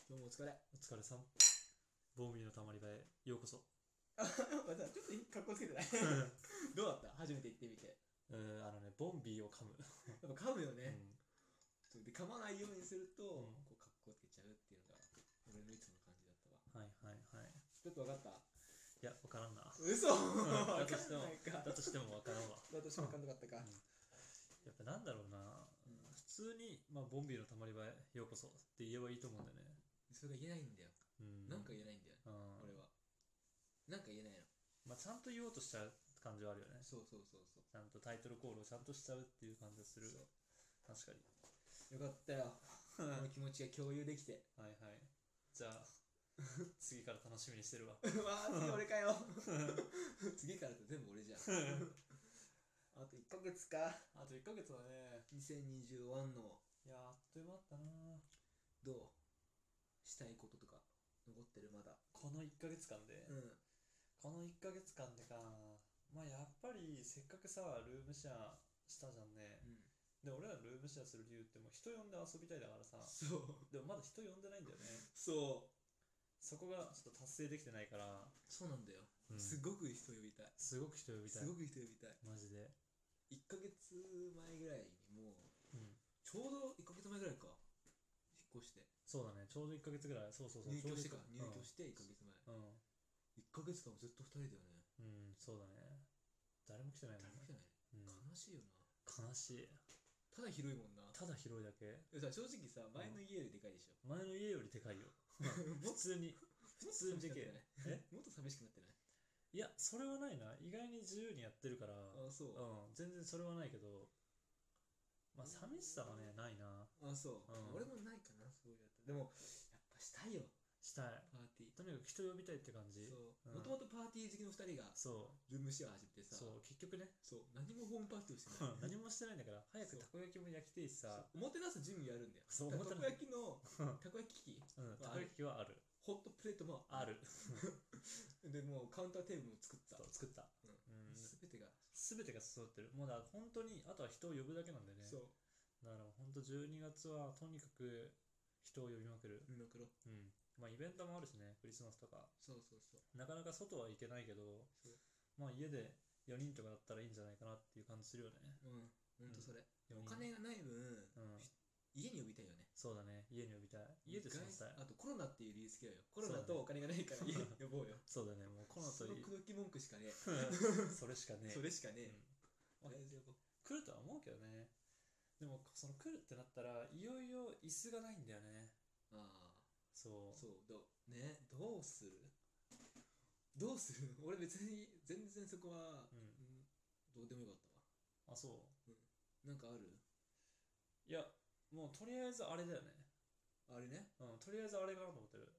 今日もお疲れ。 お疲れさん。ボンビーのたまり場へようこそ。 またちょっと格好つけてないどうだった初めて行ってみて。 ボンビーを噛む。 やっぱ噛むようね。 ん。 そうで噛まないようにすると、 うんこう格好つけちゃうっていうのが俺のいつもの感じだったわ。 はいはいはい。 ちょっと分かった。 いや、わからんな。 嘘だ分かとしても、 んないか。 だとしてもわからんわ。 だとしても分かんなかったか。 やっぱなんだろうな。普通に、ボンビーのたまり場へようこそって言えばいいと思うんだよね。 それが言えないんだよ。 うん。 なんか言えないんだよ。 うん俺は。なんか言えないの。 ちゃんと言おうとしちゃう感じはあるよね。 そうそうそうそう。 ちゃんとタイトルコールをちゃんとしちゃうっていう感じがする。 そう確かに。 よかったよ。この気持ちが共有できて。 はいはい。じゃあ、次から楽しみにしてるわ。 うわー、次俺かよ。次からって全部俺じゃん。あと1ヶ月か。 あと1ヶ月だね。 2021のいや、あっという間だったな。 どうしたいこととか残ってるまだ。 この1ヶ月間で、 うんこの1ヶ月間でか。やっぱりせっかくさ、ルームシェアしたじゃんね。 うん。 で、俺らルームシェアする理由ってもう人呼んで遊びたいだからさ。 そうでもまだ人呼んでないんだよね。 そうそこがちょっと達成できてないから、 そうなんだよ、 うんすごく人呼びたい。 すごく人呼びたい。 すごく人呼びたい。 マジで。 1ヶ月前ぐらいにもううん。 ちょうど1ヶ月前ぐらいか、引っ越してそうだね、ちょうど1ヶ月ぐらい。そうそうそう。 入居してかちょうど入居して1ヶ月前、 うん。 1ヶ月間ずっと2人だよね。 うん、そうだね。誰も来てないもんね。 誰も来てないね、 うん。 悲しいよな。 悲しい。 ただ広いもんな。 ただ広いだけ。 でさ、正直さ、前の家よりでかいでしょ。 前の家よりでかいよ。普通に。普通にでけえ。えもっと寂しくなってない？ いや、それはないな。意外に自由にやってるから、 あ、そう。 全然それはないけど、寂しさはね、ないな。 あ、そう。 うん俺もないかな、そうやって。でも、やっぱしたいよ、 したい。 パーティー。 とにかく人呼びたいって感じ。 そう。 うんもともとパーティー好きの2人がそルームシェア始めてう。 さ、 そう、結局ね、 そう、何もホームパーティーをしてない。 何もしてないんだから、早くそうたこ焼きも焼きてえしさ、 おもてなす準備あるんだよ。 そう、 たこ思ったら、 焼きの、たこ焼き器、 たこ焼きはある。 ホットプレートもある。 で、もうカウンターテーブルも作ったそ。う、作った。 すべてが。 すべてが揃ってる。もうだから本当に、あとは人を呼ぶだけなんでね。 そう。 だから本当12月はとにかく人を呼びまくる。 見まくろう。 うん。イベントもあるしね、クリスマスとか。 そうそうそう。 なかなか外は行けないけど、 そう家で4人とかだったらいいんじゃないかなっていう感じするよね。 ほんとそれ。 うんお金がない分、 うん。 家に呼びたいよね。 そうだね、家に呼びたい。家で過ごしたい。 あとコロナっていう理由つけようよ。コロナとお金がないから家に呼ぼうよ。 そうだね、もうコロナとその口説き文句しかねそれしかねえ。それしかねうんえ。とりあえず呼ぼう。 来るとは思うけどね。でも、その来るってなったら、いよいよ椅子がないんだよね。 ああ、 そう。 そう、どうするどうする俺別に全然そこは、どうでもよかったわ。 あ、そなんかある？ う。いや、もうとりあえずあれだよね。 あれね。 とりあえずあれかなと思ってる。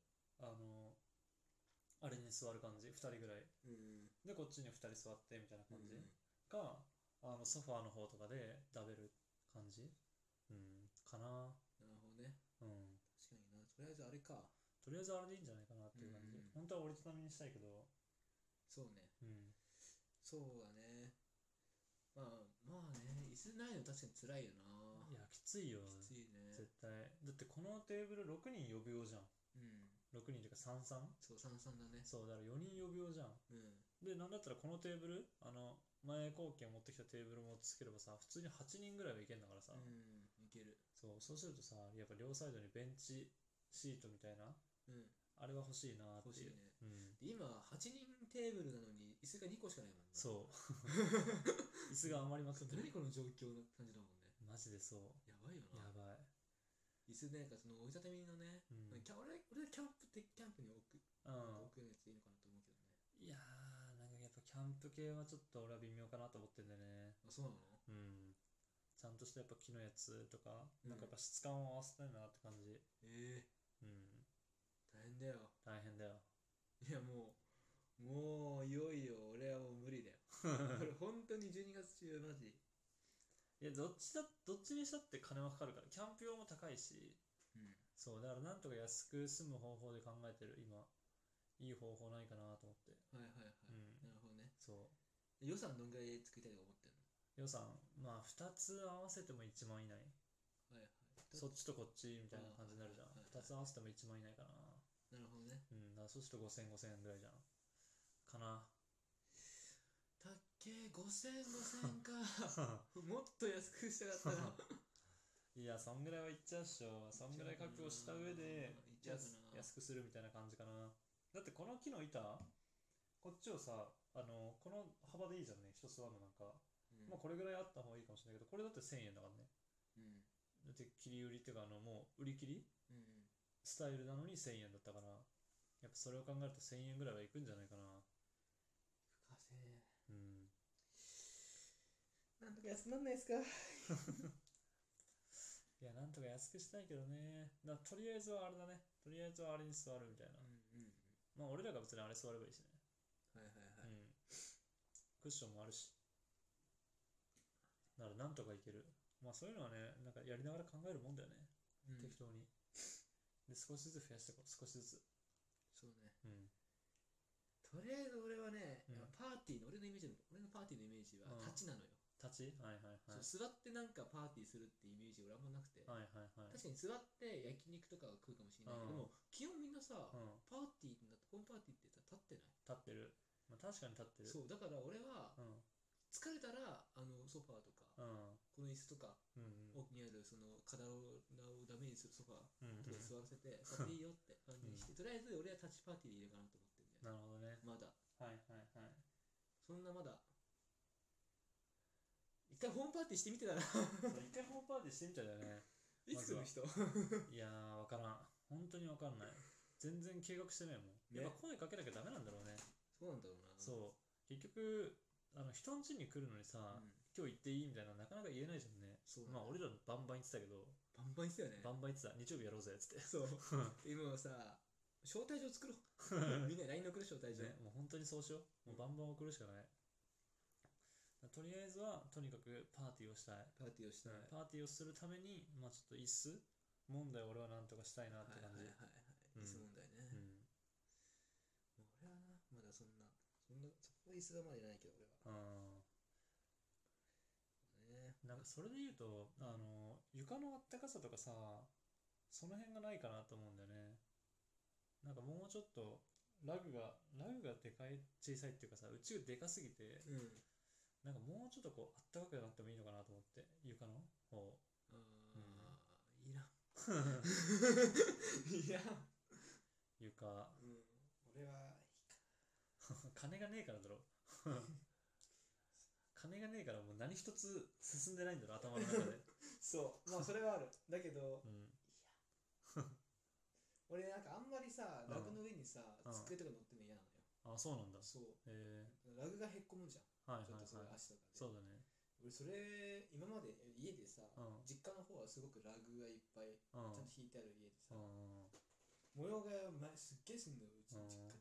あれに座る感じ、2人ぐらい。で、こっちに2人座ってみたいな感じ。か、ソファーの方とかで食べる感じかな。 なるほどね。 うん。 確かにな。とりあえずあれか。 とりあえずあれでいいんじゃないかなっていう感じ。本当は折りたたみにしたいけど。 そうね。 うん。 そうだね。ね、椅子ないの確かに辛いよな。 いや、きついよ。 きついね。 絶対。だってこのテーブル6人呼ぶようじゃん。 うん。 6人というか33？ そう、三々だね。 そう、だから4人呼ぶようじゃん。で、なんだったらこのテーブル、前後期を持ってきたテーブルもつければさ、普通に8人ぐらいはいけんだからさ。 いける。 そう、そうするとさ、やっぱ両サイドにベンチシートみたいな、あれは欲しいなっていう。 欲しいね。 うん。 で今、8人テーブルなのに椅子が2個しかないもんな。 そう。椅子が余りまくってる。 何この状況の感じだもんね。 マジでそう。 やばいよな。 やばい。 椅子ね、その折りたたみのね、俺キャンプに置くやついいのかなと思うけどね。 いやー、なんかやっぱキャンプ系はちょっと俺は微妙かなと思ってんだよね。 あ、そうなの？ ちゃんとしたやっぱ木のやつとか、なんかやっぱ質感を合わせたいなって感じ。 大変だよ。 大変だよ。 いやもういよいよ俺はもう無理だよ。俺本当に12月中マジ。 いや、どっちにしたって金はかかるから、キャンプ用も高いし、そう、だからなんとか安く済む方法で考えてる、今。いい方法ないかなと思って。 はいはいはい。なるほどね。 そう。 予算どんぐらい作りたいと思ってんの？ 予算、2つ合わせても1万以内。 はいはい。 そっちとこっちみたいな感じになるじゃん。2つ合わせても1万以内かな。 なるほどね。 だからそうすると5000、5000円ぐらいじゃん。かな。 たっけー、5000か。もっと安くしたかったな。 いや、そんぐらいはいっちゃうっしょ。そんぐらい覚悟した上で安くするみたいな感じかな。だってこの木の板、こっちをさ、この幅でいいじゃんね、一つ割るのなんか。まあこれぐらいあった方がいいかもしれないけど、これだって1000円だからね。だって切り売りっていうか、もう売り切り、スタイルなのに1000円だったから、やっぱそれを考えると1000円ぐらいはいくんじゃないかな。 深瀬。なんとか安くなんないですか。 いや、なんとか安くしたいけどね。とりあえずはあれだね。とりあえずはあれに座るみたいな。まあ俺らが別にあれ座ればいいしね。クッションもあるし。ならなんとかいける。まあそういうのはね、なんかやりながら考えるもんだよね。適当に。で、少しずつ増やしていこう。少しずつ。 そうね。とりあえず俺はね、パーティーの、俺のパーティーのイメージは立ちなのよ。 立ち？はいはいはい。 そう、座ってなんかパーティーするってイメージ俺あんまなくて。 はいはいはい。 確かに座って焼肉とかは食うかもしれないけども、基本みんなさ、パーティーになって、ホームパーティーってさ、立ってない？ 立ってる。まあ確かに立ってる。 そう、だから俺は、疲れたら、ソファーとか、この椅子とか、奥にあるその体をダメにするソファーとか座らせて、座っていいよって感じにして、とりあえず俺はタッチパーティーでいいのかなと思ってるんだよ。 なるほどね。 まだ。 はいはいはい。 そんなまだ。一回ホームパーティーしてみてたな。 一回ホームパーティーしてみたよね。 いつ来る人？ いやー、わからん。本当にわかんない。全然計画してないもん。やっぱ声かけなきゃダメなんだろうね。 そうなんだろうな。 そう。結局、人ん家に来るのにさ、今日行っていいみたいななかなか言えないじゃんね。まあ俺らバンバン言ってたけど。 バンバン言ってたよね。 バンバン言ってた。日曜日やろうぜっつって。 そう。今さ、招待状作ろう。みんな LINE 送る招待状。 もう本当にそうしよう。もうバンバン送るしかない。とりあえずはとにかくパーティーをしたい。 パーティーをしたい。 パーティーをするために、まあちょっと椅子問題を俺はなんとかしたいなって感じ。 椅子問題ね。俺はな、まだそこは椅子はまだいらないけど俺は。 なんかそれで言うと、床のあったかさとかさ、その辺がないかなと思うんだよね。なんかもうちょっとラグがでかい小さいっていうかさ、うちがでかすぎて、なんかもうちょっとこうあったかくなってもいいのかなと思って、床の方。 いらん。いらん。 床。 俺は金がねえからだろ。金がねえからもう何一つ進んでないんだろ、頭の中で。 そう、まあそれはある。だけど、俺なんかあんまりさ、ラグの上にさ、机とか乗ってるの嫌なのよ。 あ、そうなんだ。 そう。ラグがへっこむじゃん。ちょっとそういう足とかで。 そうだね。 俺それ、今まで家でさ、実家の方はすごくラグがいっぱい、ちゃんと引いてある家でさ、模様がすっげえすんのよ、うちの実家って。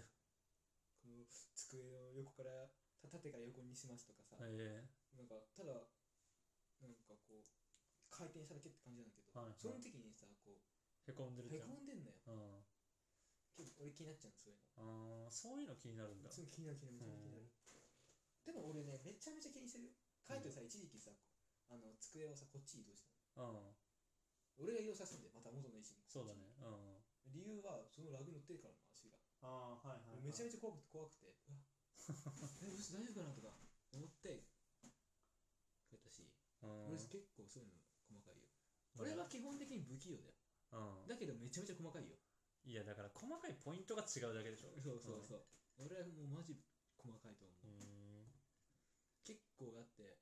この机を横から縦から横にしますとかさ、なんかただなんかこう回転しただけって感じなんだけど、その時にさこうへこんでるじゃん。 へこんでんのよ。結構俺気になっちゃうの、そういうの。 そういうの気になるんだ。 そう気になるめちゃめちゃ気になる。でも俺ねめちゃめちゃ気にしてるよ。カイトさ一時期さ机をさこっち移動したの。俺が移動させたんでまた元の位置に。 そうだね。 理由はそのラグ乗ってるからの足が。めちゃめちゃ怖くて、うわ大丈夫かなとか思って書いたし、俺結構そういうの細かいよ。俺は基本的に不器用だよ。だけどめちゃめちゃ細かいよ。 いやだから細かいポイントが違うだけでしょ。 そう俺はもうマジ細かいと思う。結構だって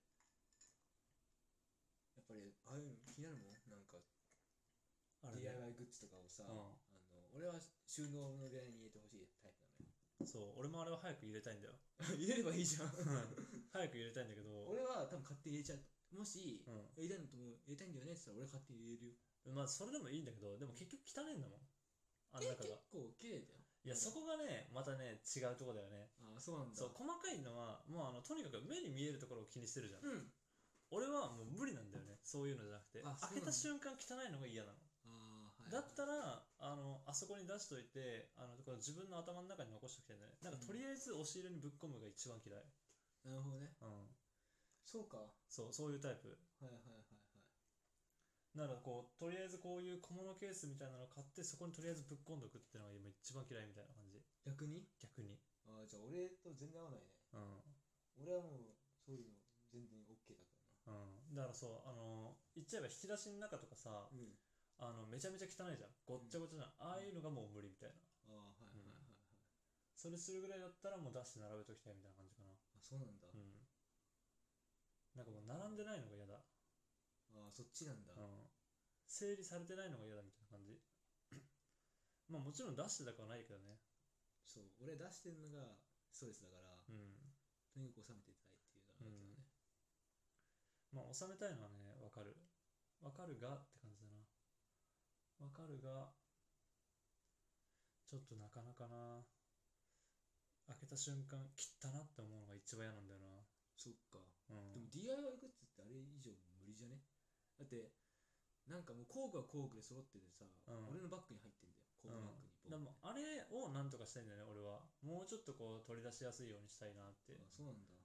やっぱりああいうの気になるもん。なんか DIY グッズとかをさ、俺は収納の部屋に入れてほしいタイプなのよ。 そう、俺もあれは早く入れたいんだよ。 入れればいいじゃん。 早く入れたいんだけど、 俺は多分勝手に入れちゃう。もし、入れたいのとも入れたいんだよねって言ったら俺勝手に入れるよ。 まあそれでもいいんだけど、でも結局汚いんだもん。 結構綺麗だよ。 いや、そこがね、またね、違うとこだよね。 そうなんだ。 そう、細かいのは、もうとにかく目に見えるところを気にしてるじゃん。俺はもう無理なんだよね、そういうのじゃなくて。開けた瞬間汚いのが嫌なの。だったら、あそこに出しといて、この自分の頭の中に残しておきたいんだね。なんかとりあえず押し入れにぶっ込むが一番嫌い。 なるほどね。そうか。 そういうタイプ。 ならこうとりあえずこういう小物ケースみたいなのを買ってそこにとりあえずぶっ込んどくっていうのが今一番嫌いみたいな感じ。 逆に。 逆に。 ああ、じゃあ俺と全然合わないね。 うん。 俺はもうそういうの全然 OK だからうん。だからそう言っちゃえば引き出しの中とかさ、 な。うん。 めちゃめちゃ汚いじゃん。ごっちゃごちゃじゃん。ああいうのがもう無理みたいな。 ああ、はいはいはいはい。 それするぐらいだったらもう出して並べときたいみたいな感じかな。 あ、そうなんだ。 うん。なんかもう並んでないのが嫌だ。 ああ、そっちなんだ。 整理されてないのが嫌だみたいな感じ。まあもちろん出してたくはないけどね。 そう、俺出してるのがストレスだから、 うん。 とにかく収めてたいっていうのがあるけどね。 まあ収めたいのはね、わかる。わかるがって感じだな。わかるが、ちょっとなかなかな。開けた瞬間、切ったなって思うのが一番嫌なんだよな。 そっか。 うん。 でも DIY グッズってあれ以上無理じゃね？だってなんかもう工具は工具で揃っててさ、俺のバッグに入ってんだよ、工具バッグに。 でもあれをなんとかしたいんだよね、俺は。もうちょっとこう取り出しやすいようにしたいなって。 あ、そうなんだ。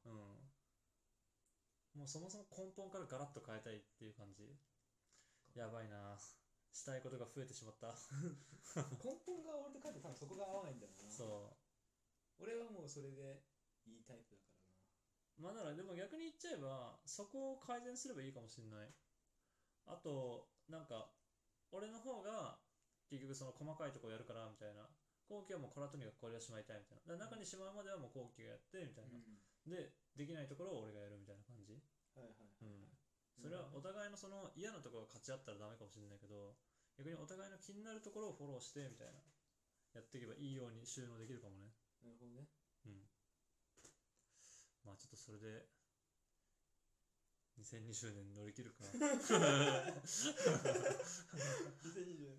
もうそもそも根本からガラッと変えたいっていう感じ。やばいな。したいことが増えてしまった。 根本が俺と書いて多分そこが合わないんだろうな。 そう。 俺はもうそれでいいタイプだからな。 まあならでも逆に言っちゃえばそこを改善すればいいかもしれない。あとなんか俺の方が結局その細かいところやるからみたいな。後期はもうこれはとにかくこれはしまいたいみたいな。中にしまうまではもう後期がやってみたいな。でできないところを俺がやるみたいな感じ。 はいはいはい、はい。 それはお互いのその嫌なところが勝ち合ったらダメかもしれないけど、逆にお互いの気になるところをフォローしてみたいなやっていけばいいように収納できるかもね。 なるほどね。 まあちょっとそれで2020年乗り切るか。 2020年